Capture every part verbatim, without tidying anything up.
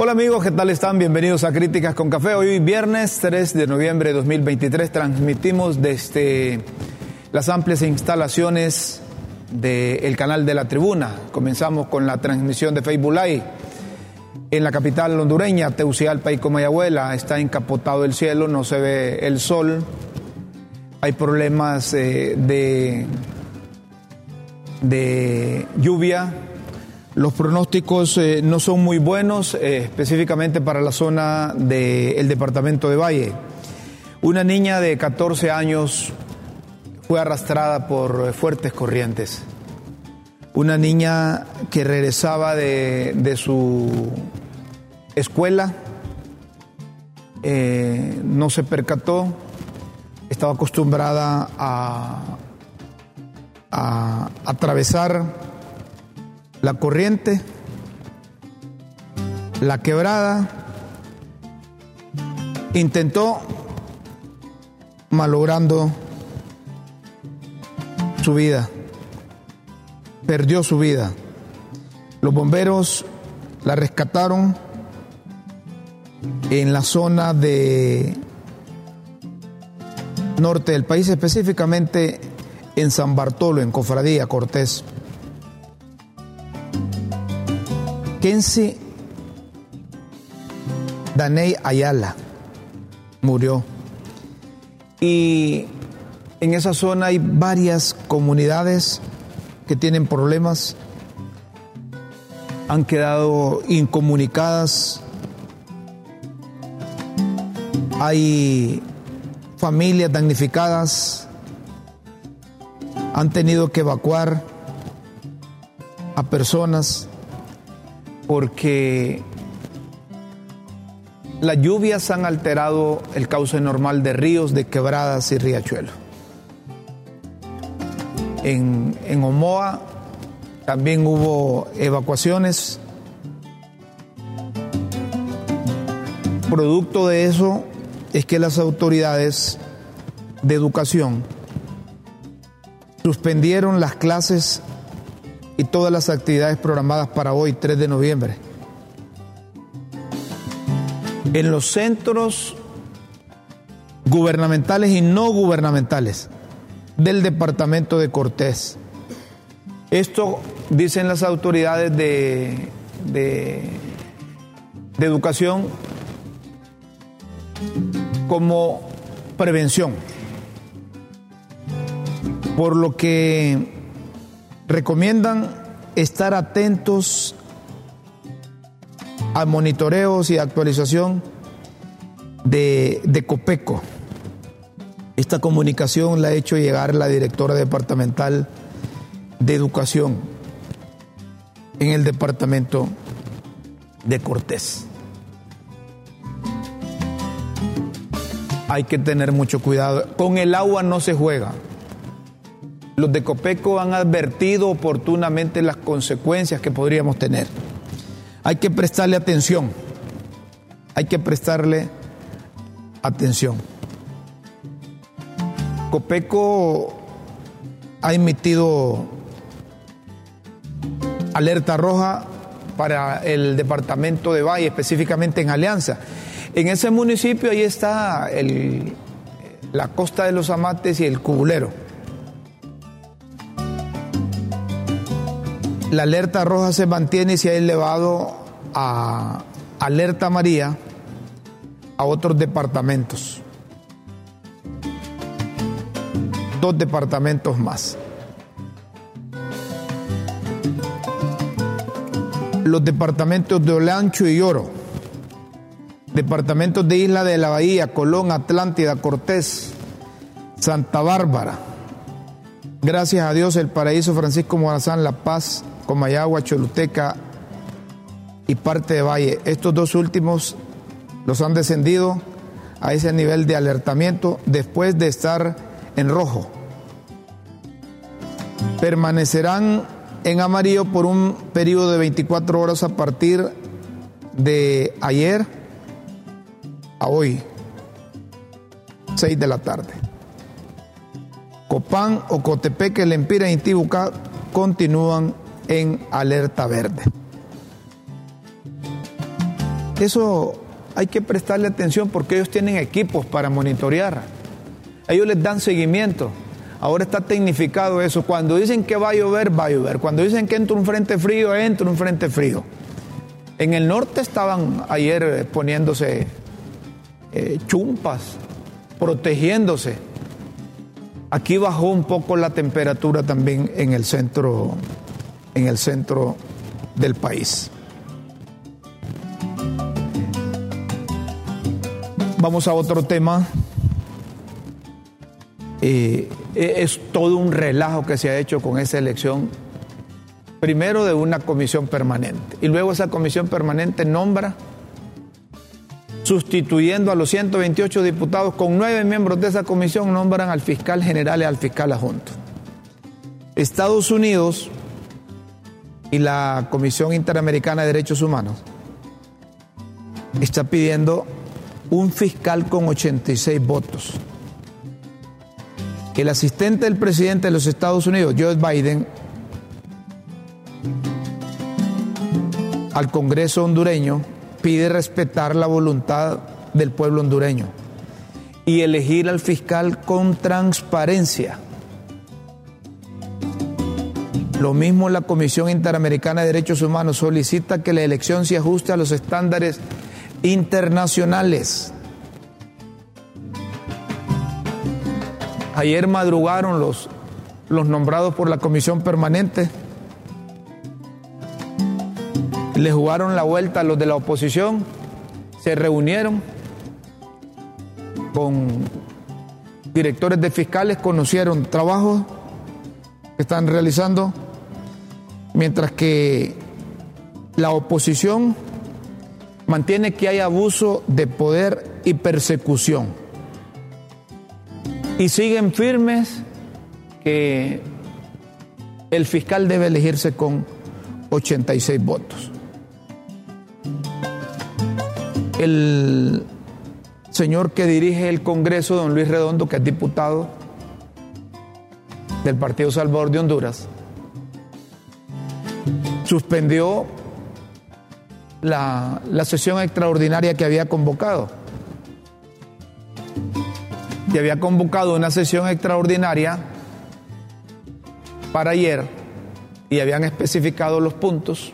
Hola amigos, ¿qué tal están? Bienvenidos a Críticas con Café. Hoy viernes tres de noviembre de dos mil veintitrés transmitimos desde las amplias instalaciones del canal de La Tribuna. Comenzamos con la transmisión de Facebook Live. En la capital hondureña, Tegucigalpa y Comayagüela, está encapotado el cielo, no se ve el sol. Hay problemas eh, de, de lluvia. Los pronósticos eh, no son muy buenos, eh, específicamente para la zona del departamento de Valle. Una niña de catorce años fue arrastrada por fuertes corrientes. Una niña que regresaba de, de su escuela, eh, no se percató, estaba acostumbrada a, a atravesar la corriente, la quebrada, intentó, malogrando su vida, perdió su vida. Los bomberos la rescataron en la zona de norte del país, específicamente en San Bartolo, en Cofradía Cortés. Kenzie Daney Ayala murió. Y en esa zona hay varias comunidades que tienen problemas, han quedado incomunicadas, hay familias damnificadas, han tenido que evacuar a personas porque las lluvias han alterado el cauce normal de ríos, de quebradas y riachuelos. En, en Omoa también hubo evacuaciones. Producto de eso es que las autoridades de educación suspendieron las clases y todas las actividades programadas para hoy, tres de noviembre. En los centros gubernamentales y no gubernamentales del departamento de Cortés. Esto dicen las autoridades de, de, de educación como prevención, por lo que recomiendan estar atentos a monitoreos y actualización de, de Copeco. Esta comunicación la ha hecho llegar la directora departamental de Educación en el departamento de Cortés. Hay que tener mucho cuidado. Con el agua no se juega. Los de Copeco han advertido oportunamente las consecuencias que podríamos tener. Hay que prestarle atención. Hay que prestarle atención. Copeco ha emitido alerta roja para el departamento de Valle, específicamente en Alianza. En ese municipio ahí está el, la Costa de los Amates y el Cubulero. La alerta roja se mantiene y se ha elevado a alerta amarilla a otros departamentos. Dos departamentos más. Los departamentos de Olancho y Oro, departamentos de Isla de la Bahía, Colón, Atlántida, Cortés, Santa Bárbara. Gracias a Dios, El Paraíso, Francisco Morazán, La Paz, Comayagua, Choluteca y parte de Valle. Estos dos últimos los han descendido a ese nivel de alertamiento después de estar en rojo. Permanecerán en amarillo por un periodo de veinticuatro horas a partir de ayer a hoy, seis de la tarde. Copán, Ocotepeque, Lempira y Intibucá continúan en alerta verde. Eso hay que prestarle atención porque ellos tienen equipos para monitorear. Ellos les dan seguimiento. Ahora está tecnificado eso. Cuando dicen que va a llover, va a llover. Cuando dicen que entra un frente frío, entra un frente frío. En el norte estaban ayer poniéndose eh, chumpas, protegiéndose. Aquí bajó un poco la temperatura también en el centro, en el centro del país. Vamos a otro tema. Eh, es todo un relajo que se ha hecho con esa elección. Primero de una comisión permanente y luego esa comisión permanente nombra, sustituyendo a los ciento veintiocho diputados, con nueve miembros de esa comisión nombran al fiscal general y al fiscal adjunto. Estados Unidos y la Comisión Interamericana de Derechos Humanos está pidiendo un fiscal con ochenta y seis votos. El asistente del presidente de los Estados Unidos, Joe Biden, al Congreso hondureño pide respetar la voluntad del pueblo hondureño y elegir al fiscal con transparencia. Lo mismo la Comisión Interamericana de Derechos Humanos solicita que la elección se ajuste a los estándares internacionales. Ayer madrugaron los, los nombrados por la Comisión Permanente. Le jugaron la vuelta a los de la oposición, se reunieron con directores de fiscales, conocieron trabajos que están realizando, mientras que la oposición mantiene que hay abuso de poder y persecución. Y siguen firmes que el fiscal debe elegirse con ochenta y seis votos. El señor que dirige el Congreso, don Luis Redondo, que es diputado del Partido Salvador de Honduras, suspendió la, la sesión extraordinaria que había convocado. Y había convocado una sesión extraordinaria para ayer y habían especificado los puntos.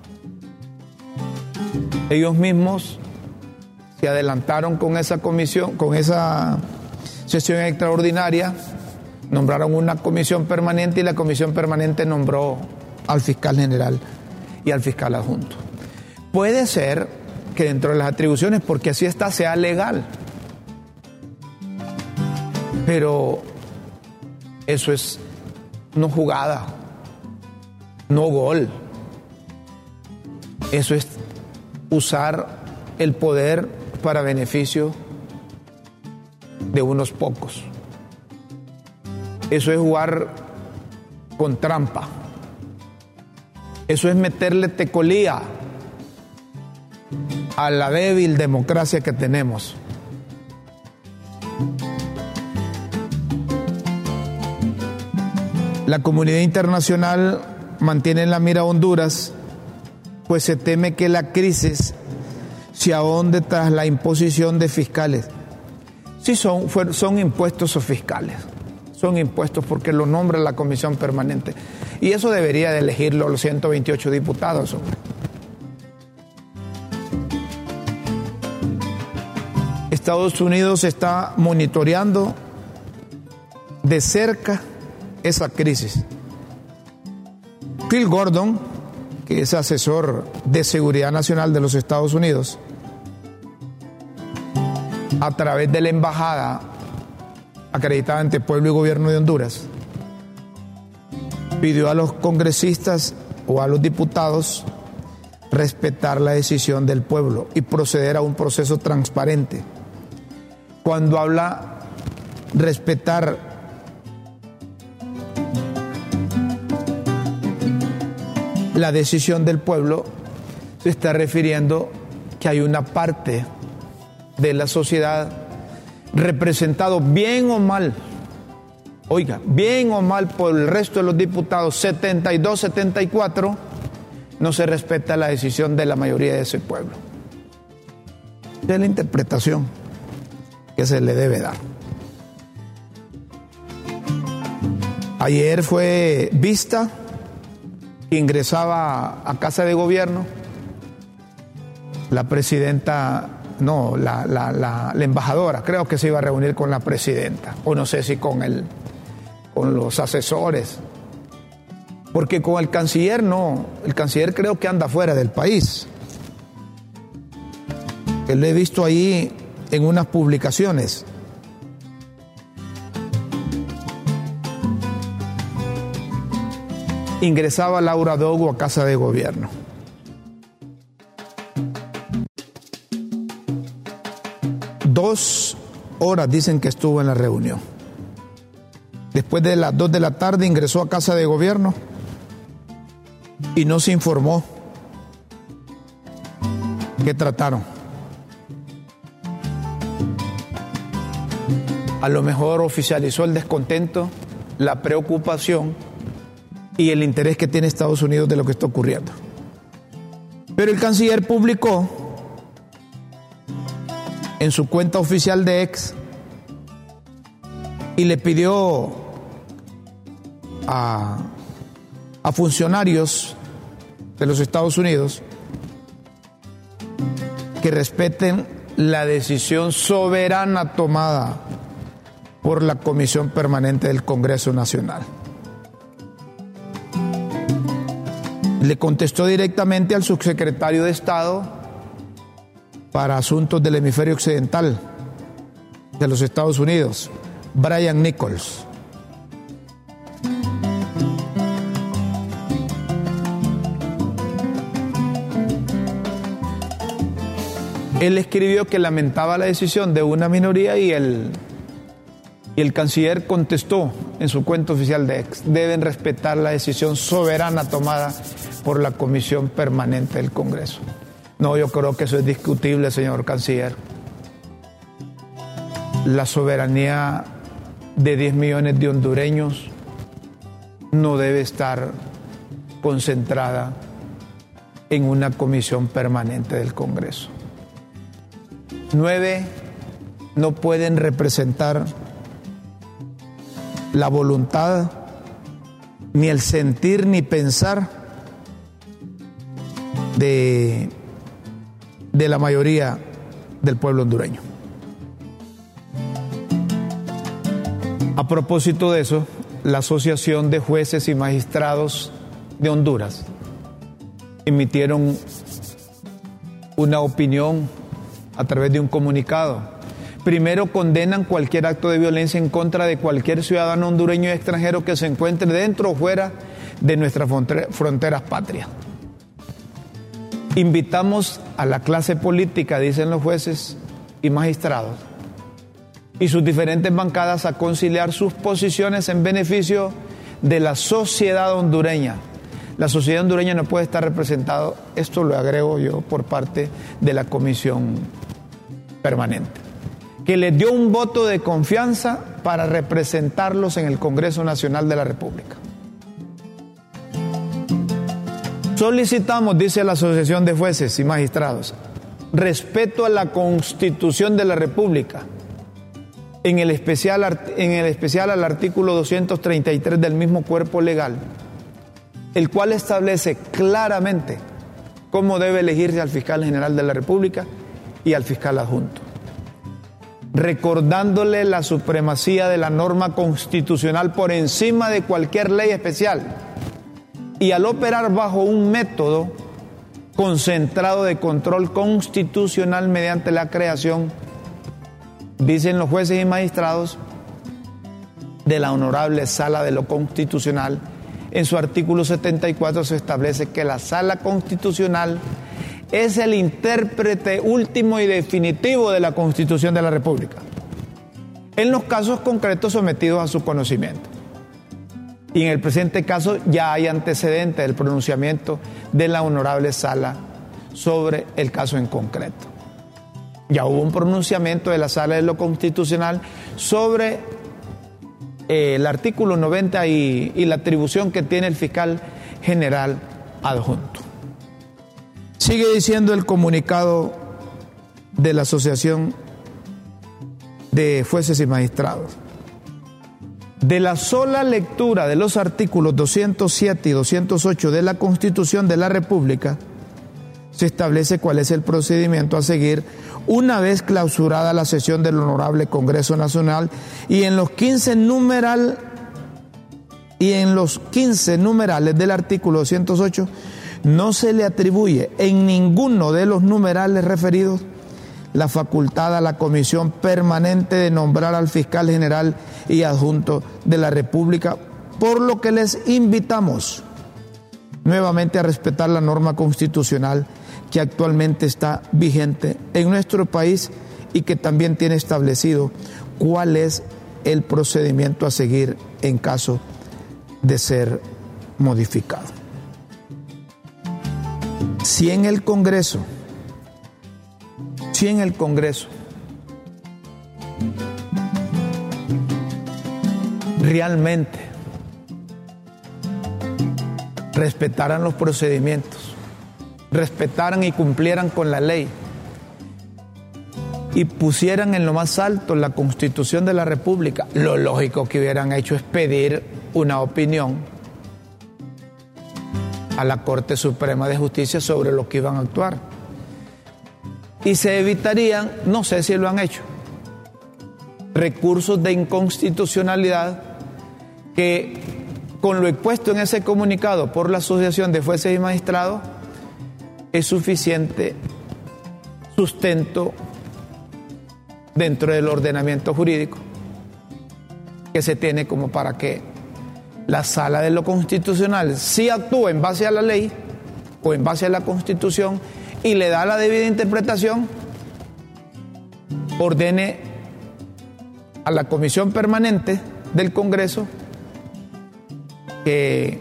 Ellos mismos se adelantaron con esa comisión, con esa sesión extraordinaria, nombraron una comisión permanente y la comisión permanente nombró al fiscal general y al fiscal adjunto. Puede ser que dentro de las atribuciones, porque así está, sea legal, pero eso es no jugada, no gol. Eso es usar el poder para beneficio de unos pocos. Eso es jugar con trampa. Eso es meterle tecolía a la débil democracia que tenemos. La comunidad internacional mantiene en la mira a Honduras, pues se teme que la crisis se ahonde tras la imposición de fiscales. Sí, son, son impuestos o fiscales. Son impuestos porque lo nombra la comisión permanente. Y eso debería de elegirlo los ciento veintiocho diputados, hombre. Estados Unidos está monitoreando de cerca esa crisis. Phil Gordon, que es asesor de seguridad nacional de los Estados Unidos, a través de la embajada acreditada ante Pueblo y Gobierno de Honduras, pidió a los congresistas o a los diputados respetar la decisión del pueblo y proceder a un proceso transparente. Cuando habla respetar la decisión del pueblo, se está refiriendo que hay una parte de la sociedad representado bien o mal, oiga, bien o mal por el resto de los diputados, setenta y dos, setenta y cuatro, no se respeta la decisión de la mayoría de ese pueblo. Esa es la interpretación que se le debe dar. Ayer fue vista que ingresaba a Casa de Gobierno la presidenta, no, la, la, la, la embajadora, creo que se iba a reunir con la presidenta, o no sé si con, el, con los asesores, porque con el canciller no, el canciller creo que anda fuera del país. Que lo he visto ahí en unas publicaciones. Ingresaba Laura Dogo a Casa de Gobierno. Dos horas dicen que estuvo en la reunión. Después de las dos de la tarde ingresó a Casa de Gobierno y no se informó qué trataron. A lo mejor oficializó el descontento, la preocupación y el interés que tiene Estados Unidos de lo que está ocurriendo. Pero el canciller publicó en su cuenta oficial de X y le pidió a, a funcionarios de los Estados Unidos que respeten la decisión soberana tomada por la Comisión Permanente del Congreso Nacional. Le contestó directamente al subsecretario de Estado para Asuntos del Hemisferio Occidental de los Estados Unidos, Brian Nichols. Él escribió que lamentaba la decisión de una minoría y el, y el canciller contestó en su cuenta oficial de X: deben respetar la decisión soberana tomada por la Comisión Permanente del Congreso. No, yo creo que eso es discutible, señor canciller. La soberanía de diez millones de hondureños no debe estar concentrada en una comisión permanente del Congreso. Nueve no pueden representar la voluntad, ni el sentir, ni pensar de, de la mayoría del pueblo hondureño. A propósito de eso, la Asociación de Jueces y Magistrados de Honduras emitieron una opinión a través de un comunicado. Primero, condenan cualquier acto de violencia en contra de cualquier ciudadano hondureño y extranjero que se encuentre dentro o fuera de nuestras fronteras patrias. Invitamos a la clase política, dicen los jueces y magistrados, y sus diferentes bancadas a conciliar sus posiciones en beneficio de la sociedad hondureña. La sociedad hondureña no puede estar representada, esto lo agrego yo, por parte de la Comisión Permanente, que les dio un voto de confianza para representarlos en el Congreso Nacional de la República. Solicitamos, dice la Asociación de Jueces y Magistrados, respeto a la Constitución de la República, en el especial, en el especial al artículo doscientos treinta y tres del mismo cuerpo legal, el cual establece claramente cómo debe elegirse al fiscal general de la República y al fiscal adjunto, recordándole la supremacía de la norma constitucional por encima de cualquier ley especial, y al operar bajo un método concentrado de control constitucional mediante la creación, dicen los jueces y magistrados, de la Honorable Sala de lo Constitucional. En su artículo setenta y cuatro se establece que la Sala Constitucional es el intérprete último y definitivo de la Constitución de la República, en los casos concretos sometidos a su conocimiento. Y en el presente caso ya hay antecedentes del pronunciamiento de la Honorable Sala sobre el caso en concreto. Ya hubo un pronunciamiento de la Sala de lo Constitucional sobre eh, el artículo noventa y, y la atribución que tiene el fiscal general adjunto. Sigue diciendo el comunicado de la Asociación de Jueces y Magistrados. De la sola lectura de los artículos doscientos siete y doscientos ocho de la Constitución de la República, se establece cuál es el procedimiento a seguir una vez clausurada la sesión del Honorable Congreso Nacional, y en los quince numeral y en los quince numerales del artículo doscientos ocho no se le atribuye en ninguno de los numerales referidos la facultad a la Comisión Permanente de nombrar al Fiscal General y Adjunto de la República, por lo que les invitamos nuevamente a respetar la norma constitucional que actualmente está vigente en nuestro país y que también tiene establecido cuál es el procedimiento a seguir en caso de ser modificado. Si en el Congreso, si en el Congreso realmente respetaran los procedimientos, respetaran y cumplieran con la ley y pusieran en lo más alto la Constitución de la República, lo lógico que hubieran hecho es pedir una opinión a la Corte Suprema de Justicia sobre lo que iban a actuar. Y se evitarían, no sé si lo han hecho, recursos de inconstitucionalidad que, con lo expuesto en ese comunicado por la Asociación de Jueces y Magistrados, es suficiente sustento dentro del ordenamiento jurídico que se tiene como para que la Sala de lo Constitucional sí actúe en base a la ley o en base a la Constitución y le da la debida interpretación, ordene a la Comisión Permanente del Congreso que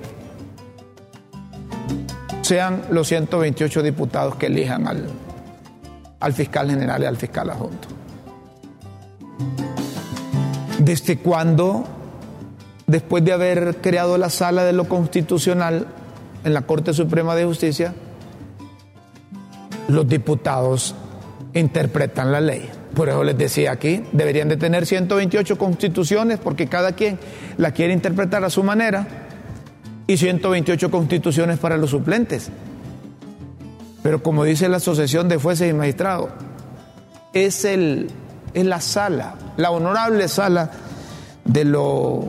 sean los ciento veintiocho diputados que elijan al, al fiscal general y al fiscal adjunto. ¿Desde cuándo, después de haber creado la Sala de lo Constitucional en la Corte Suprema de Justicia, los diputados interpretan la ley? Por eso les decía aquí, deberían de tener ciento veintiocho constituciones porque cada quien la quiere interpretar a su manera, y ciento veintiocho constituciones para los suplentes. Pero como dice la Asociación de Jueces y Magistrados, es, el, es la sala, la honorable sala de lo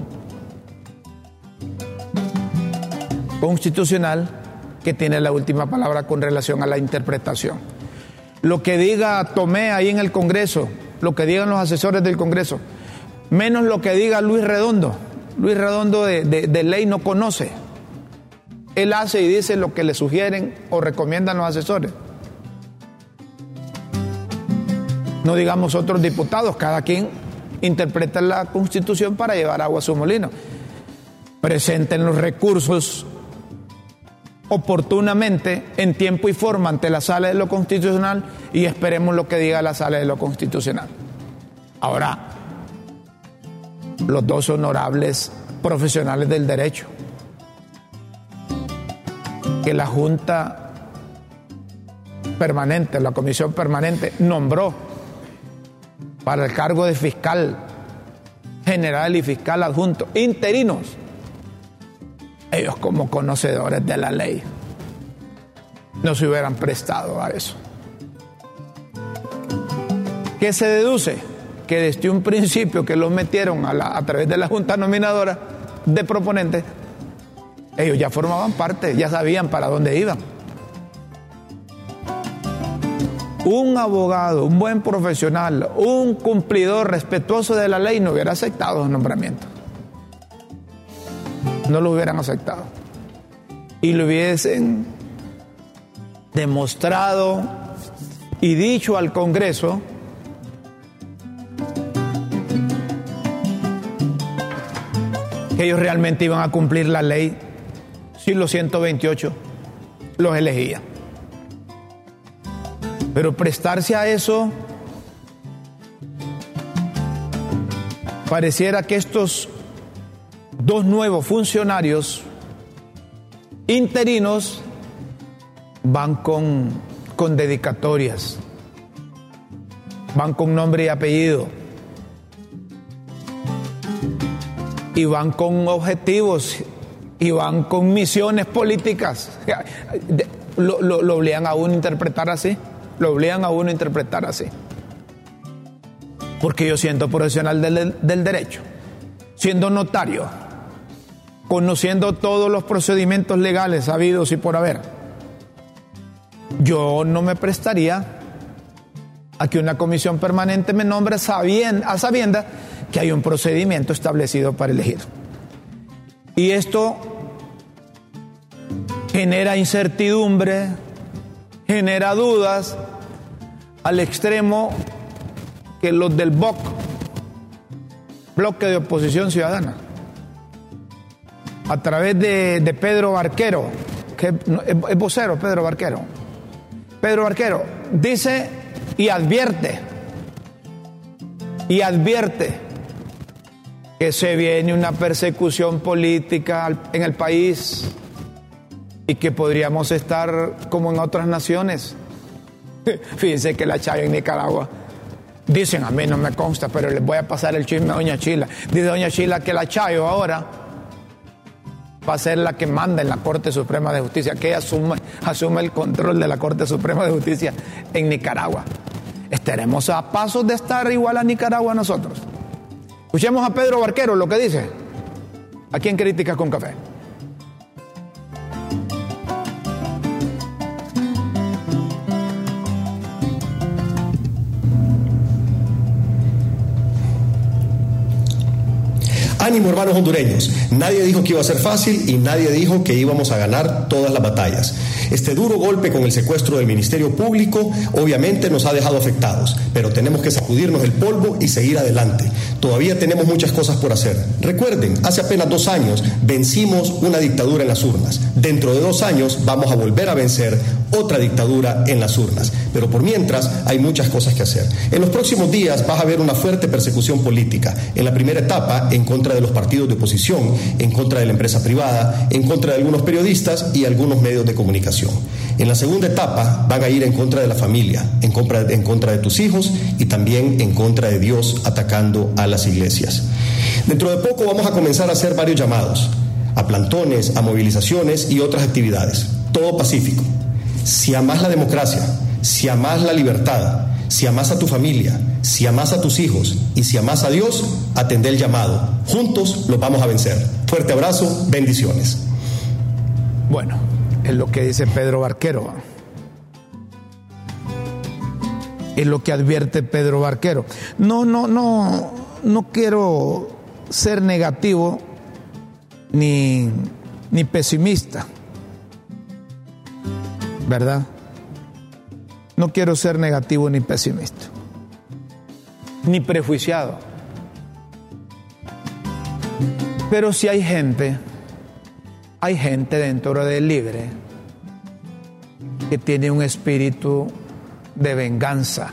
constitucional que tiene la última palabra con relación a la interpretación. Lo que diga Tomé ahí en el Congreso, lo que digan los asesores del Congreso, menos lo que diga Luis Redondo. Luis Redondo de, de, de ley no conoce. Él hace y dice lo que le sugieren o recomiendan los asesores. No digamos otros diputados, cada quien interpreta la Constitución para llevar agua a su molino. Presenten los recursos oportunamente, en tiempo y forma, ante la Sala de lo Constitucional y esperemos lo que diga la Sala de lo Constitucional. Ahora, los dos honorables profesionales del derecho que la Junta Permanente, la Comisión Permanente, nombró para el cargo de fiscal general y fiscal adjunto, interinos, ellos como conocedores de la ley no se hubieran prestado a eso. ¿Qué se deduce? Que desde un principio que los metieron a, la, a través de la Junta Nominadora de proponentes, ellos ya formaban parte, ya sabían para dónde iban. Un abogado, un buen profesional, un cumplidor respetuoso de la ley no hubiera aceptado los nombramientos. No lo hubieran aceptado. Y lo hubiesen demostrado y dicho al Congreso que ellos realmente iban a cumplir la ley si los ciento veintiocho los elegían. Pero prestarse a eso, pareciera que estos dos nuevos funcionarios interinos van con, con dedicatorias van con nombre y apellido, y van con objetivos, y van con misiones políticas. Lo, lo, lo obligan a uno a interpretar así, lo obligan a uno a interpretar así. Porque yo siendo profesional del, del derecho, siendo notario, conociendo todos los procedimientos legales habidos y por haber, yo no me prestaría a que una comisión permanente me nombre sabiendo, a sabienda que hay un procedimiento establecido para elegir. Y esto genera incertidumbre, genera dudas, al extremo que los del B O C, Bloque de Oposición Ciudadana, a través de, de Pedro Barquero, que es, es vocero Pedro Barquero, Pedro Barquero dice y advierte, y advierte que se viene una persecución política en el país y que podríamos estar como en otras naciones. Fíjense que la Chayo en Nicaragua, dicen, a mí no me consta, pero les voy a pasar el chisme a doña Chila. Dice doña Chila que la Chayo ahora va a ser la que manda en la Corte Suprema de Justicia, que ella asume, asume el control de la Corte Suprema de Justicia en Nicaragua. Estaremos a pasos de estar igual a Nicaragua nosotros. Escuchemos a Pedro Barquero lo que dice aquí en Críticas con Café. Ánimo, hermanos hondureños. Nadie dijo que iba a ser fácil y nadie dijo que íbamos a ganar todas las batallas. Este duro golpe con el secuestro del Ministerio Público obviamente nos ha dejado afectados, pero tenemos que sacudirnos el polvo y seguir adelante. Todavía tenemos muchas cosas por hacer. Recuerden, hace apenas dos años vencimos una dictadura en las urnas. Dentro de dos años vamos a volver a vencer otra dictadura en las urnas. Pero por mientras hay muchas cosas que hacer. En los próximos días vas a ver una fuerte persecución política. En la primera etapa, en contra de los partidos de oposición, en contra de la empresa privada, en contra de algunos periodistas y algunos medios de comunicación. En la segunda etapa van a ir en contra de la familia, en contra, en contra de tus hijos y también en contra de Dios, atacando a las iglesias. Dentro de poco vamos a comenzar a hacer varios llamados, a plantones, a movilizaciones y otras actividades. Todo pacífico. Si amas la democracia, si amas la libertad, si amas a tu familia, si amas a tus hijos y si amas a Dios, atendé el llamado. Juntos los vamos a vencer. Fuerte abrazo, bendiciones. Bueno, es lo que dice Pedro Barquero. Es lo que advierte Pedro Barquero. No, no, no, no quiero ser negativo ni, ni pesimista, ¿verdad? No quiero ser negativo ni pesimista, ni prejuiciado. Pero si hay gente, hay gente dentro del Libre que tiene un espíritu de venganza,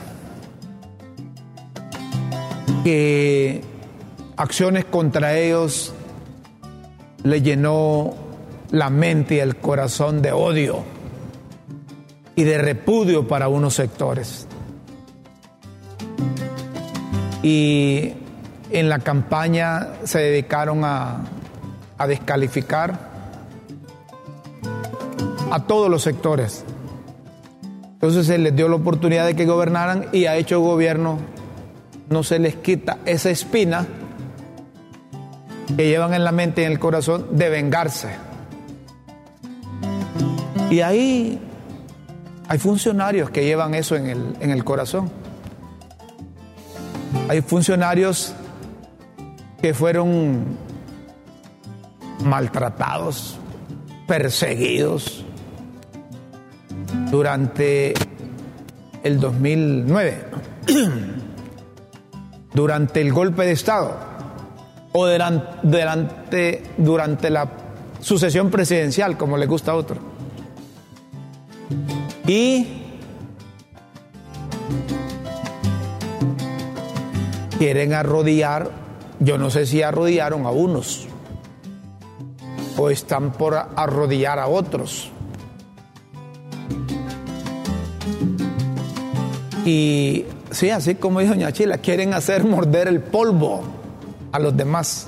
que acciones contra ellos le llenó la mente y el corazón de odio y de repudio para unos sectores. Y en la campaña se dedicaron a, a descalificar a todos los sectores. Entonces se les dio la oportunidad de que gobernaran y ha hecho gobierno. No se les quita esa espina que llevan en la mente y en el corazón de vengarse. Y ahí hay funcionarios que llevan eso en el, en el corazón. Hay funcionarios que fueron maltratados, perseguidos durante el dos mil nueve, durante el golpe de Estado o durante, durante la sucesión presidencial, como le gusta a otro. Y quieren arrodillar, yo no sé si arrodillaron a unos o están por arrodillar a otros. Y sí, así como dijo doña Chila, quieren hacer morder el polvo a los demás.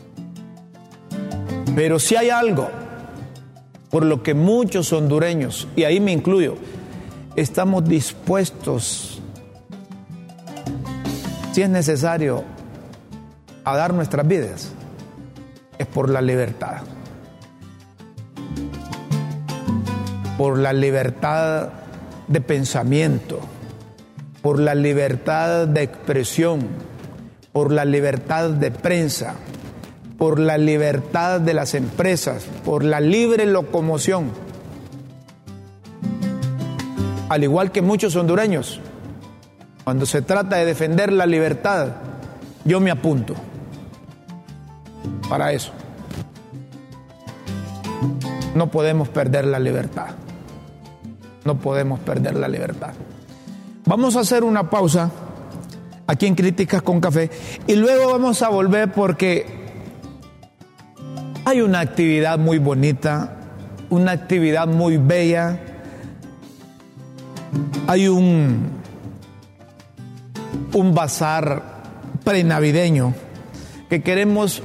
Pero si hay algo por lo que muchos hondureños, y ahí me incluyo, estamos dispuestos, si es necesario, a dar nuestras vidas, es por la libertad. Por la libertad de pensamiento, por la libertad de expresión, por la libertad de prensa, por la libertad de las empresas, por la libre locomoción. Al igual que muchos hondureños, cuando se trata de defender la libertad, yo me apunto para eso. No podemos perder la libertad. No podemos perder la libertad. Vamos a hacer una pausa aquí en Críticas con Café y luego vamos a volver porque hay una actividad muy bonita, una actividad muy bella. Hay un, un bazar prenavideño que queremos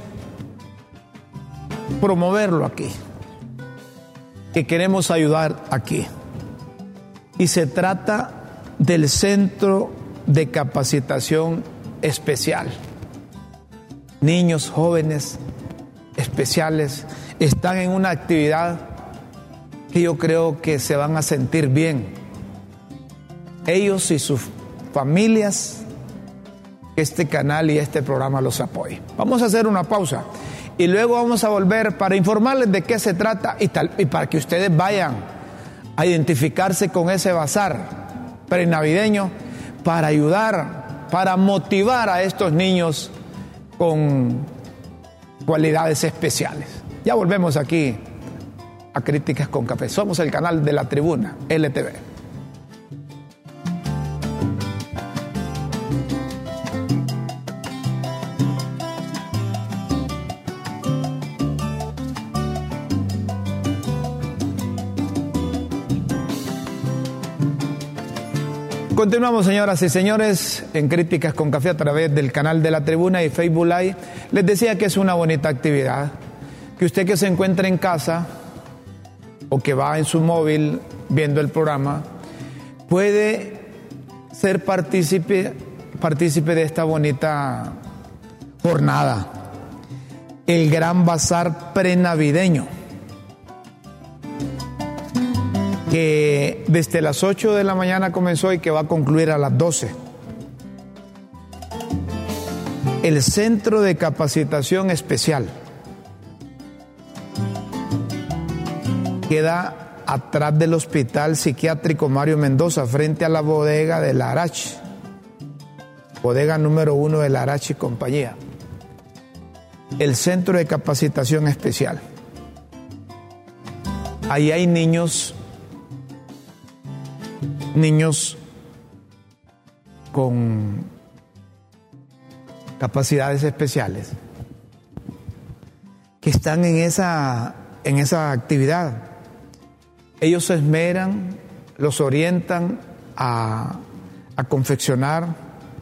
promoverlo aquí, que queremos ayudar aquí. Y se trata del Centro de Capacitación Especial. Niños, jóvenes especiales están en una actividad que yo creo que se van a sentir bien. Ellos y sus familias, este canal y este programa los apoyen. Vamos a hacer una pausa y luego vamos a volver para informarles de qué se trata y, tal, y para que ustedes vayan a identificarse con ese bazar prenavideño para ayudar, para motivar a estos niños con cualidades especiales. Ya volvemos aquí a Críticas con Café. Somos el canal de La Tribuna, L T V. Continuamos, señoras y señores, en Críticas con Café a través del canal de La Tribuna y Facebook Live. Les decía que es una bonita actividad, que usted que se encuentra en casa o que va en su móvil viendo el programa, puede ser partícipe, partícipe de esta bonita jornada, el Gran Bazar Prenavideño, que desde las ocho de la mañana comenzó y que va a concluir a las doce. El Centro de Capacitación Especial queda atrás del Hospital Psiquiátrico Mario Mendoza, frente a la bodega de la Arachi, bodega número uno de la Arachi y compañía. El Centro de Capacitación Especial. Ahí hay niños niños con capacidades especiales que están en esa, en esa actividad. Ellos se esmeran, los orientan a, a confeccionar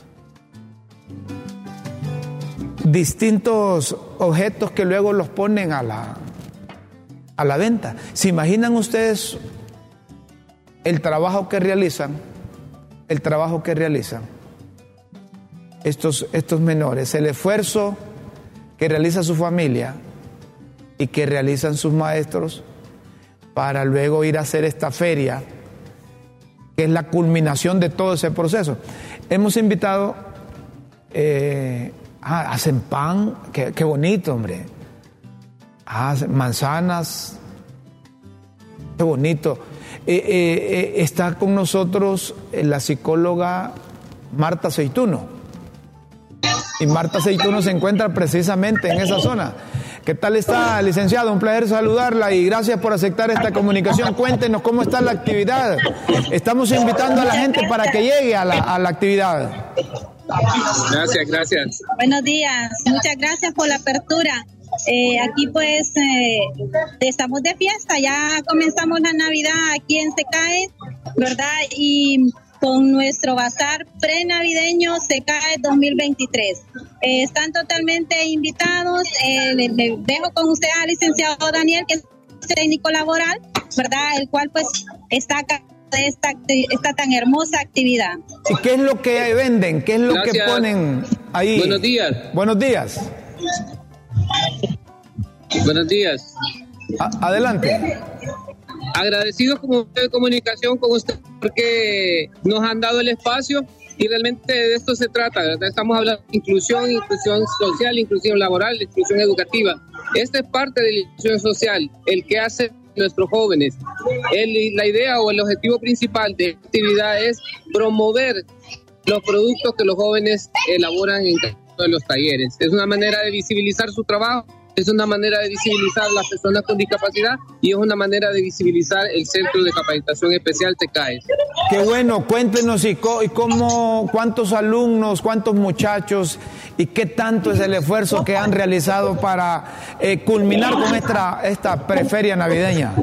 distintos objetos que luego los ponen a la, a la venta. ¿Se imaginan ustedes el trabajo que realizan, el trabajo que realizan estos, estos menores, el esfuerzo que realiza su familia y que realizan sus maestros para luego ir a hacer esta feria, que es la culminación de todo ese proceso? Hemos invitado, eh, ah, hacen pan, qué, qué bonito, hombre, ah, manzanas, qué bonito. Eh, eh, eh, está con nosotros la psicóloga Marta Aceituno, y Marta Aceituno se encuentra precisamente en esa zona. ¿Qué tal está, licenciada? Un placer saludarla y gracias por aceptar esta comunicación. Cuéntenos cómo está la actividad. Estamos invitando a la gente para que llegue a la, a la actividad. Gracias, gracias. Buenos días, muchas gracias por la apertura. Eh, aquí pues eh, estamos de fiesta, ya comenzamos la Navidad aquí en Secae, ¿verdad? Y con nuestro bazar prenavideño SECAES dos mil veintitrés. Eh, están totalmente invitados. Eh, le, le dejo con usted al licenciado Daniel, que es técnico laboral, ¿verdad? El cual pues está acá de esta, esta tan hermosa actividad. ¿Y qué es lo que venden? ¿Qué es lo Gracias. que ponen ahí? Buenos días. Buenos días. Buenos días. A- adelante. Agradecido como de comunicación con usted porque nos han dado el espacio y realmente de esto se trata, ¿verdad? Estamos hablando de inclusión, inclusión social, inclusión laboral, inclusión educativa. Esta es parte de la inclusión social, el que hace nuestros jóvenes. El, la idea o el objetivo principal de esta actividad es promover los productos que los jóvenes elaboran en cada uno de los talleres. Es una manera de visibilizar su trabajo, es una manera de visibilizar a las personas con discapacidad y es una manera de visibilizar el Centro de Capacitación Especial SECAES. Qué bueno, cuéntenos y, co- y cómo, cuántos alumnos, cuántos muchachos y qué tanto es el esfuerzo que han realizado para eh, culminar con esta, esta preferia navideña.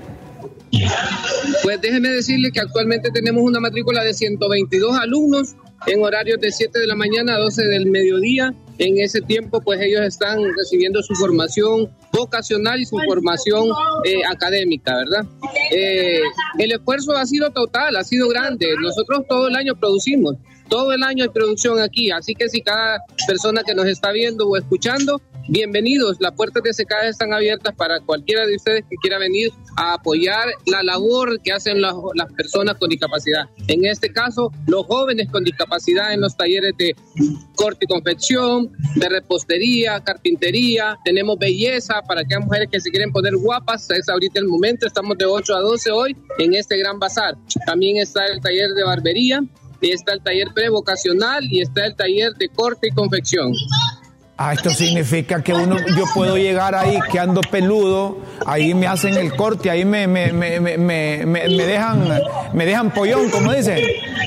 Pues déjeme decirle que actualmente tenemos una matrícula de ciento veintidós alumnos en horarios de siete de la mañana a doce del mediodía. En ese tiempo, pues ellos están recibiendo su formación vocacional y su formación eh, académica, ¿verdad? Eh, el esfuerzo ha sido total, ha sido grande. Nosotros todo el año producimos, todo el año hay producción aquí, así que si cada persona que nos está viendo o escuchando, bienvenidos. Las puertas de SECAES están abiertas para cualquiera de ustedes que quiera venir a apoyar la labor que hacen las, las personas con discapacidad. En este caso, los jóvenes con discapacidad en los talleres de corte y confección, de repostería, carpintería. Tenemos belleza para aquellas mujeres que se quieren poner guapas. Es ahorita el momento. Estamos de ocho a doce hoy en este gran bazar. También está el taller de barbería, y está el taller prevocacional y está el taller de corte y confección. Ah, esto significa que uno, yo puedo llegar ahí que ando peludo, ahí me hacen el corte, ahí me, me, me, me, me, me dejan, me dejan pollón, como dicen.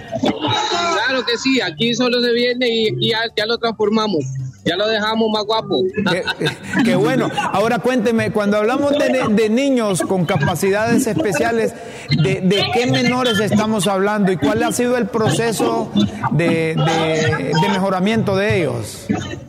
Claro que sí, aquí solo se viene y, y ya, ya lo transformamos, ya lo dejamos más guapo. Qué, qué bueno. Ahora cuénteme, cuando hablamos de, de niños con capacidades especiales, ¿de, de qué menores estamos hablando y cuál ha sido el proceso de, de, de mejoramiento de ellos?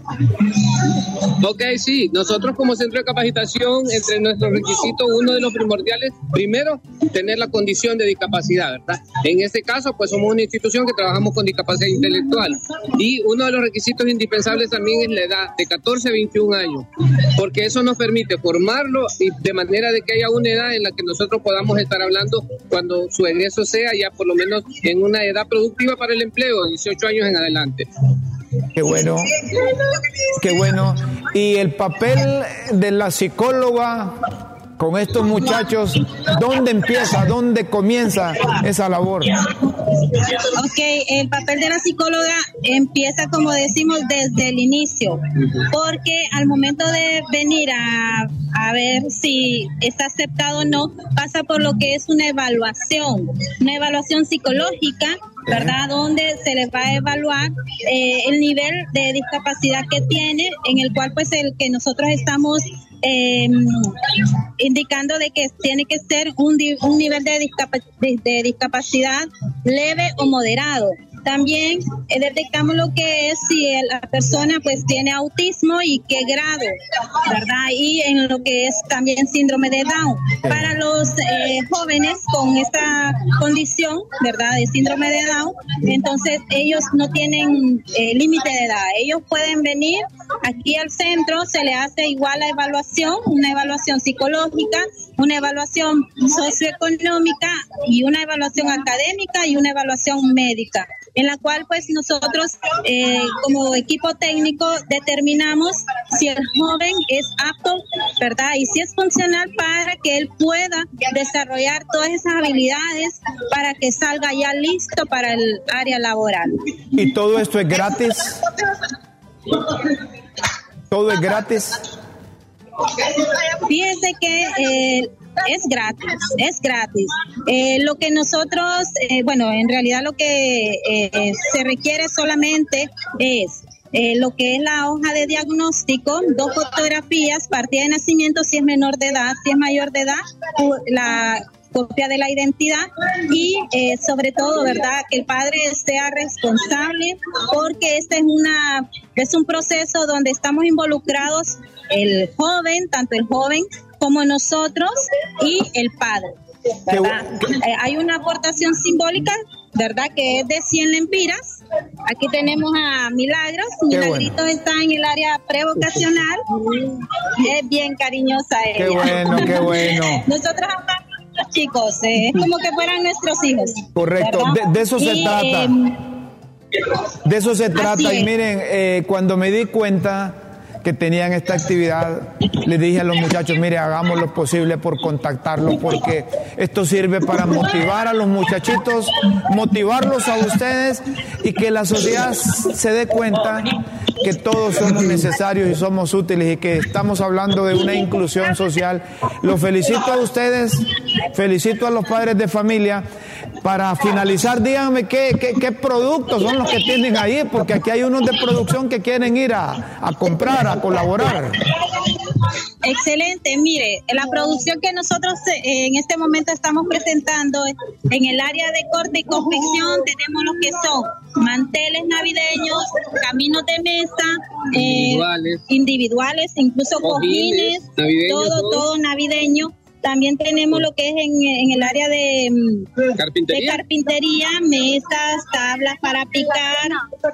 Ok, sí, nosotros como centro de capacitación, entre nuestros requisitos, uno de los primordiales, primero, tener la condición de discapacidad, ¿verdad? En este caso, pues somos una institución que trabajamos con discapacidad intelectual y uno de los requisitos indispensables también es la edad de catorce a veintiún años, porque eso nos permite formarlo y de manera de que haya una edad en la que nosotros podamos estar hablando cuando su egreso sea ya por lo menos en una edad productiva para el empleo, dieciocho años en adelante. Qué bueno, qué bueno. Y el papel de la psicóloga con estos muchachos, ¿dónde empieza, dónde comienza esa labor? Ok, el papel de la psicóloga empieza, como decimos, desde el inicio, porque al momento de venir a, a ver si está aceptado o no, pasa por lo que es una evaluación, una evaluación psicológica, ¿verdad? Donde se les va a evaluar eh, el nivel de discapacidad que tiene, en el cual pues el que nosotros estamos eh, indicando de que tiene que ser un, un nivel de, discap- de, de discapacidad leve o moderado. También eh, detectamos lo que es si la persona pues tiene autismo y qué grado, ¿verdad? Y en lo que es también síndrome de Down. Para los eh, jóvenes con esta condición, ¿verdad? De síndrome de Down, entonces ellos no tienen eh, límite de edad. Ellos pueden venir aquí al centro, se le hace igual la evaluación, una evaluación psicológica, una evaluación socioeconómica y una evaluación académica y una evaluación médica, en la cual pues nosotros eh, como equipo técnico determinamos si el joven es apto, ¿verdad? Y si es funcional para que él pueda desarrollar todas esas habilidades para que salga ya listo para el área laboral. ¿Y todo esto es gratis? ¿Todo es gratis? Fíjese que eh, es gratis, es gratis. Eh, lo que nosotros, eh, bueno, en realidad lo que eh, se requiere solamente es eh, lo que es la hoja de diagnóstico, dos fotografías, partida de nacimiento si es menor de edad, si es mayor de edad, la copia de la identidad y eh, sobre todo, ¿verdad?, que el padre sea responsable, porque este es una es un proceso donde estamos involucrados el joven, tanto el joven como nosotros y el padre, ¿verdad? Eh, hay una aportación simbólica, ¿verdad?, que es de cien lempiras. Aquí tenemos a Milagros. Qué Milagrito bueno. Está en el área prevocacional. Es bien cariñosa ella. Qué bueno, qué bueno. Nosotros amamos a los chicos, eh, es como que fueran nuestros hijos. Correcto, de, de eso y, se trata. Eh, de eso se trata. Y miren, eh, cuando me di cuenta que tenían esta actividad, les dije a los muchachos, mire, hagamos lo posible por contactarlos, porque esto sirve para motivar a los muchachitos, motivarlos a ustedes y que la sociedad se dé cuenta que todos somos necesarios y somos útiles y que estamos hablando de una inclusión social. Los felicito a ustedes, felicito a los padres de familia. Para finalizar, díganme qué, qué, qué productos son los que tienen ahí, porque aquí hay unos de producción que quieren ir a, a comprar, a colaborar. Excelente, mire, la producción que nosotros eh, en este momento estamos presentando en el área de corte y confección, tenemos lo que son manteles navideños, caminos de mesa, eh, individuales. individuales, incluso cojines, cojines todo, todo, todo navideño. También tenemos lo que es en, en el área de carpintería, de carpintería, mesas, tablas para picar,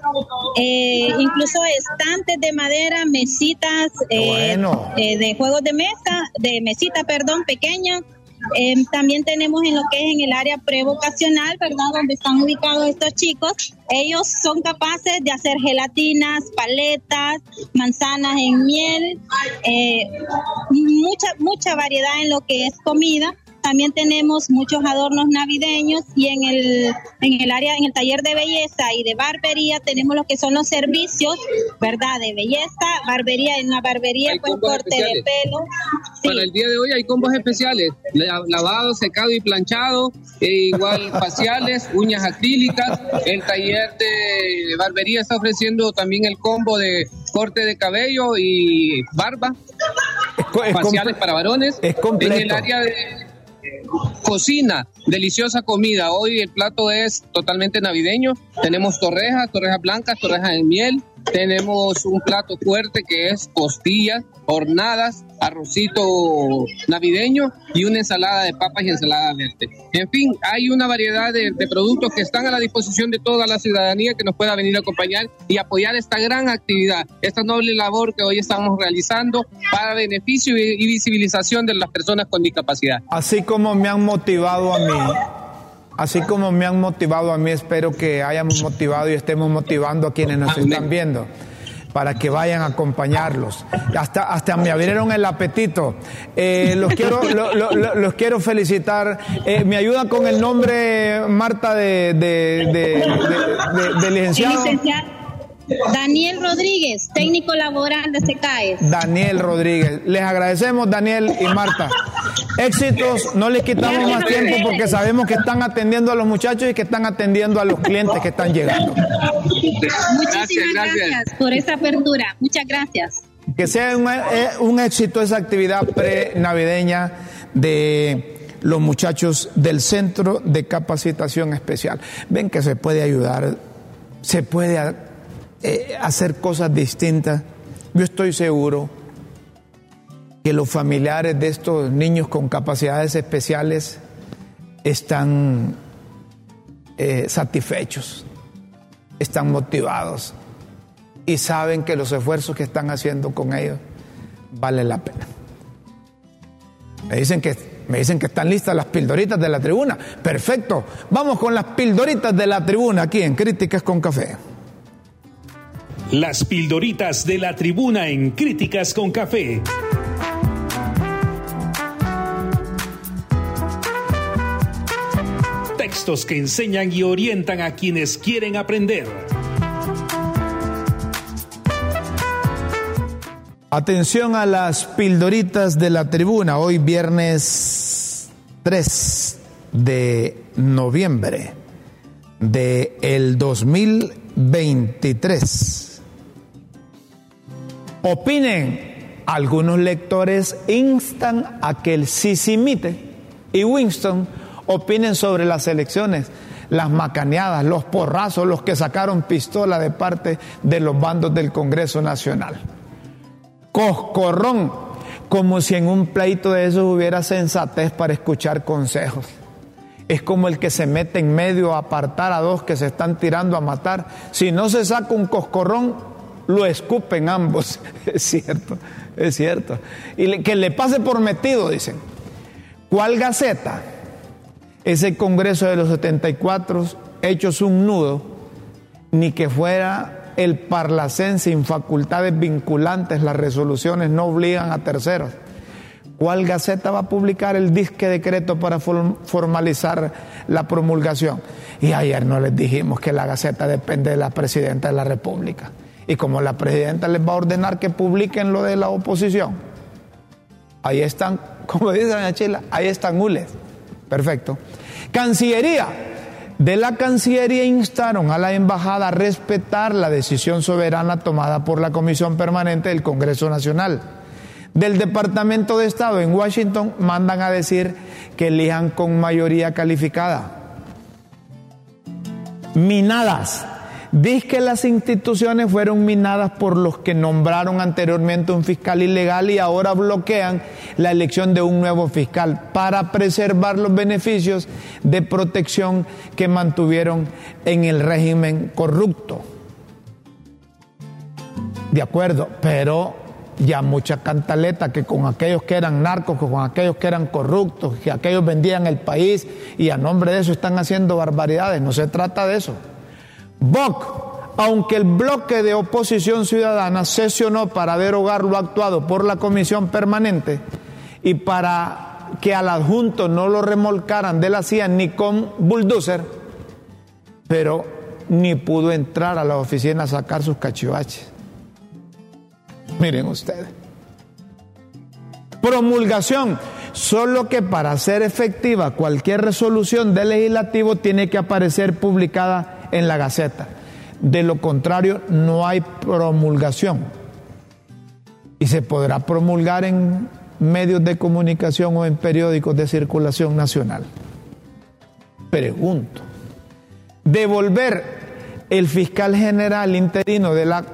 eh, incluso estantes de madera, mesitas eh, bueno. eh, de juegos de mesa, de mesita, perdón, pequeña. Eh, también tenemos en lo que es en el área prevocacional, ¿verdad?, donde están ubicados estos chicos. Ellos son capaces de hacer gelatinas, paletas, manzanas en miel, eh, mucha mucha variedad en lo que es comida. También tenemos muchos adornos navideños y en el en el área, en el taller de belleza y de barbería tenemos lo que son los servicios, ¿verdad?, de belleza, barbería, en la barbería pues corte especiales. de pelo. Sí. Para el día de hoy hay combos especiales, lavado, secado y planchado, e igual faciales, uñas acrílicas. El taller de barbería está ofreciendo también el combo de corte de cabello y barba, es, faciales es para varones. Es completo. En el área de cocina, deliciosa comida. Hoy el plato es totalmente navideño. Tenemos torrejas, torrejas blancas, torrejas en miel. Tenemos un plato fuerte que es costillas hornadas, arrocito navideño y una ensalada de papas y ensalada verde. En fin, hay una variedad de, de productos que están a la disposición de toda la ciudadanía que nos pueda venir a acompañar y apoyar esta gran actividad, esta noble labor que hoy estamos realizando para beneficio y, y visibilización de las personas con discapacidad. Así como me han motivado a mí, así como me han motivado a mí, espero que hayamos motivado y estemos motivando a quienes nos Amén. están viendo, para que vayan a acompañarlos. Hasta, hasta me abrieron el apetito. Eh, los, quiero, lo, lo, lo, los quiero felicitar. Eh, ¿Me ayuda con el nombre, Marta, de, de, de, de, de, de licenciado? Daniel Rodríguez, técnico laboral de SECAES. Daniel Rodríguez. Les agradecemos, Daniel y Marta. Éxitos, no les quitamos más tiempo porque sabemos que están atendiendo a los muchachos y que están atendiendo a los clientes que están llegando. Muchísimas gracias, gracias por esa apertura. Muchas gracias. Que sea un, un éxito esa actividad pre-navideña de los muchachos del Centro de Capacitación Especial. Ven que se puede ayudar, se puede eh, hacer cosas distintas. Yo estoy seguro que los familiares de estos niños con capacidades especiales están eh, satisfechos, están motivados y saben que los esfuerzos que están haciendo con ellos valen la pena. Me dicen que, me dicen que están listas las pildoritas de la tribuna. Perfecto, vamos con las pildoritas de la tribuna aquí en Críticas con Café. Las pildoritas de la tribuna en Críticas con Café. Textos que enseñan y orientan a quienes quieren aprender. Atención a las pildoritas de la tribuna. Hoy viernes tres de noviembre del dos mil veintitrés. Opinen. Algunos lectores instan a que el sisimite y Winston opinen sobre las elecciones, las macaneadas, los porrazos, los que sacaron pistola de parte de los bandos del Congreso Nacional. Coscorrón, como si en un pleito de esos hubiera sensatez para escuchar consejos. Es como el que se mete en medio a apartar a dos que se están tirando a matar. Si no se saca un coscorrón, lo escupen ambos. Es cierto, es cierto. Y que le pase por metido, dicen. ¿Cuál gaceta? Ese Congreso de los setenta y cuatro, hechos un nudo, ni que fuera el Parlacén sin facultades vinculantes, las resoluciones no obligan a terceros. ¿Cuál gaceta va a publicar el disque decreto para formalizar la promulgación? Y ayer no les dijimos que la gaceta depende de la presidenta de la República. Y como la presidenta les va a ordenar que publiquen lo de la oposición, ahí están, como dice doña Chila, ahí están hules. Perfecto. Cancillería. De la Cancillería instaron a la embajada a respetar la decisión soberana tomada por la Comisión Permanente del Congreso Nacional. Del Departamento de Estado en Washington mandan a decir que elijan con mayoría calificada. Minadas. Dice que las instituciones fueron minadas por los que nombraron anteriormente un fiscal ilegal y ahora bloquean la elección de un nuevo fiscal para preservar los beneficios de protección que mantuvieron en el régimen corrupto. De acuerdo, pero ya mucha cantaleta que con aquellos que eran narcos, que con aquellos que eran corruptos, que aquellos vendían el país y a nombre de eso están haciendo barbaridades. No se trata de eso. B O C, aunque el bloque de oposición ciudadana sesionó para derogar lo actuado por la Comisión Permanente y para que al adjunto no lo remolcaran de la C I A ni con bulldozer, pero ni pudo entrar a la oficina a sacar sus cachivaches. Miren ustedes. Promulgación. Solo que para ser efectiva cualquier resolución del legislativo tiene que aparecer publicada en la Gaceta. De lo contrario, no hay promulgación. Y se podrá promulgar en medios de comunicación o en periódicos de circulación nacional. Pregunto. Devolver el fiscal general interino de la,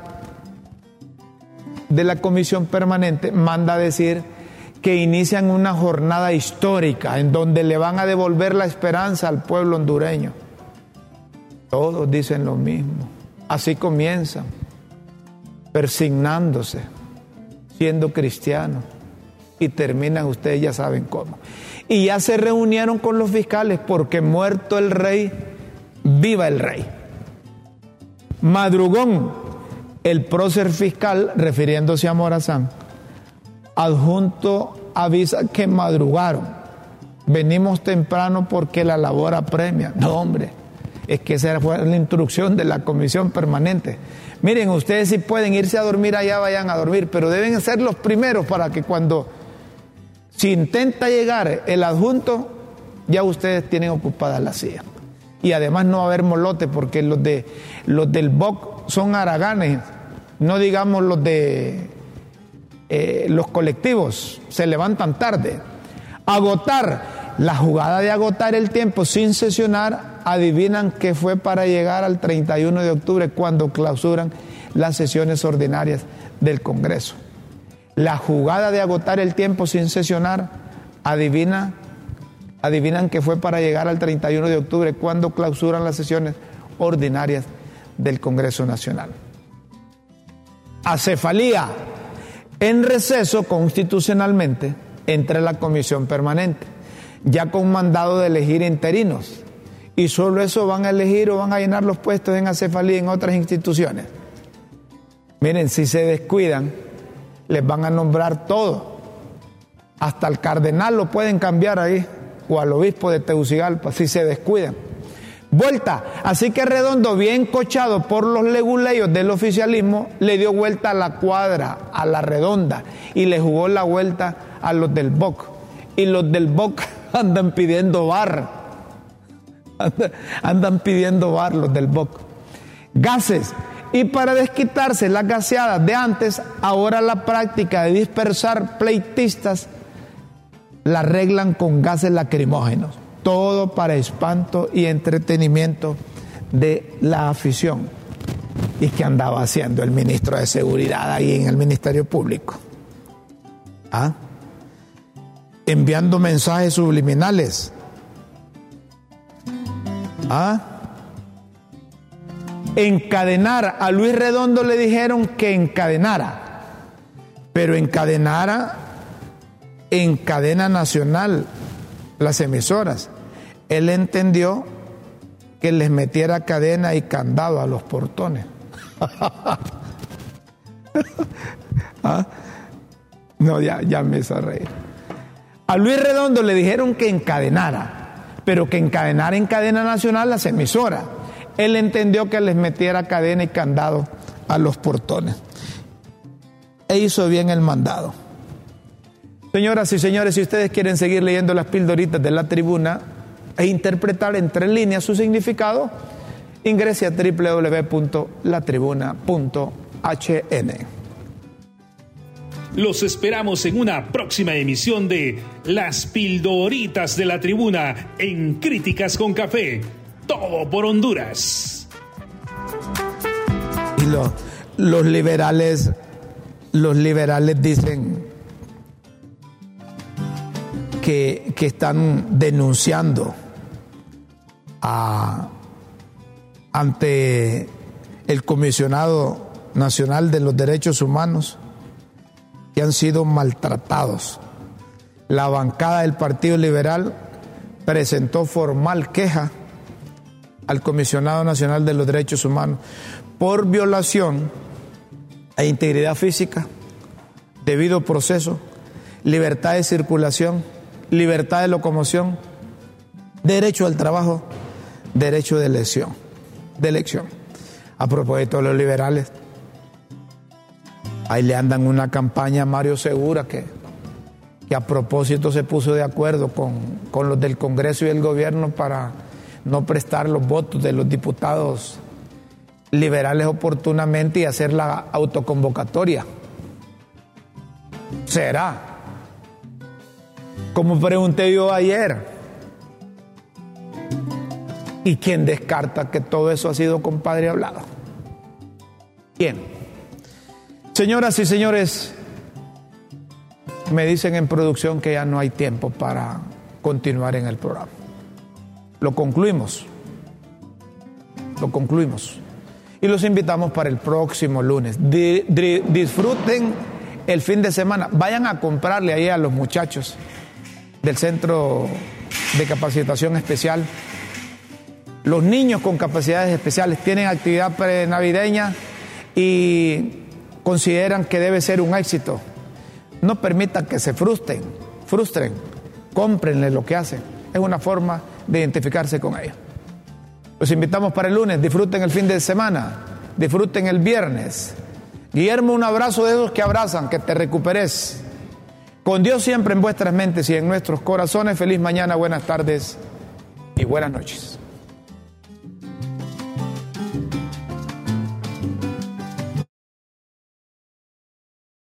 de la Comisión Permanente manda a decir que inician una jornada histórica en donde le van a devolver la esperanza al pueblo hondureño. Todos dicen lo mismo. Así comienzan, persignándose, siendo cristianos, y terminan, ustedes ya saben cómo. Y ya se reunieron con los fiscales porque muerto el rey, viva el rey. Madrugón, el prócer fiscal, refiriéndose a Morazán, adjunto avisa que madrugaron. Venimos temprano porque la labor apremia. No, hombre. Es que esa fue la instrucción de la Comisión Permanente. Miren, ustedes si pueden irse a dormir allá, vayan a dormir, pero deben ser los primeros para que cuando si intenta llegar el adjunto, ya ustedes tienen ocupada la silla. Y además no va a haber molote porque los de los del B O C son haraganes, no digamos los de eh, los colectivos, se levantan tarde. Agotar. La jugada de agotar el tiempo sin sesionar, adivinan que fue para llegar al treinta y uno de octubre cuando clausuran las sesiones ordinarias del Congreso. La jugada de agotar el tiempo sin sesionar, adivina, adivinan que fue para llegar al treinta y uno de octubre cuando clausuran las sesiones ordinarias del Congreso Nacional. Acefalía, en receso constitucionalmente entre la Comisión Permanente, ya con mandado de elegir interinos, y solo eso van a elegir o van a llenar los puestos en acefalía en otras instituciones. Miren, si se descuidan, les van a nombrar todo, hasta el cardenal lo pueden cambiar ahí, o al obispo de Tegucigalpa, si se descuidan. Vuelta, así que Redondo, bien cochado por los leguleyos del oficialismo, le dio vuelta a la cuadra, a la redonda, y le jugó la vuelta a los del B O C. Y los del B O C andan pidiendo bar. Andan, andan pidiendo bar los del B O C. Gases. Y para desquitarse las gaseadas de antes, ahora la práctica de dispersar pleitistas la arreglan con gases lacrimógenos. Todo para espanto y entretenimiento de la afición. ¿Y qué andaba haciendo el ministro de Seguridad ahí en el Ministerio Público? ¿Ah? Enviando mensajes subliminales. ¿Ah? Encadenar. A Luis Redondo le dijeron que encadenara, pero encadenara en cadena nacional las emisoras. Él entendió que les metiera cadena y candado a los portones. ¿Ah? No, ya, ya me hizo reír. A Luis Redondo le dijeron que encadenara, pero que encadenara en cadena nacional las emisoras. Él entendió que les metiera cadena y candado a los portones. E hizo bien el mandado. Señoras y señores, si ustedes quieren seguir leyendo las pildoritas de La Tribuna e interpretar entre líneas su significado, ingrese a doble u doble u doble u punto la tribuna punto h n. Los esperamos en una próxima emisión de Las Pildoritas de la Tribuna en Críticas con Café. Todo por Honduras. Y los, los liberales, los liberales dicen que, que están denunciando a, ante el Comisionado Nacional de los Derechos Humanos que han sido maltratados. La bancada del Partido Liberal presentó formal queja al Comisionado Nacional de los Derechos Humanos por violación a integridad física, debido proceso, libertad de circulación, libertad de locomoción, derecho al trabajo, derecho de elección. De elección. A propósito de los liberales, ahí le andan una campaña a Mario Segura que, que a propósito se puso de acuerdo con, con los del Congreso y el gobierno para no prestar los votos de los diputados liberales oportunamente y hacer la autoconvocatoria. ¿Será? Como pregunté yo ayer. ¿Y quién descarta que todo eso ha sido compadre hablado? ¿Quién? Señoras y señores, me dicen en producción que ya no hay tiempo para continuar en el programa. Lo concluimos. Lo concluimos. Y los invitamos para el próximo lunes. Di, di, disfruten el fin de semana. Vayan a comprarle ahí a los muchachos del Centro de Capacitación Especial. Los niños con capacidades especiales tienen actividad prenavideña y consideran que debe ser un éxito. No permitan que se frustren, frustren, cómprenle lo que hacen. Es una forma de identificarse con ellos. Los invitamos para el lunes, disfruten el fin de semana, disfruten el viernes. Guillermo, un abrazo de esos que abrazan, que te recuperes. Con Dios siempre en vuestras mentes y en nuestros corazones. Feliz mañana, buenas tardes y buenas noches.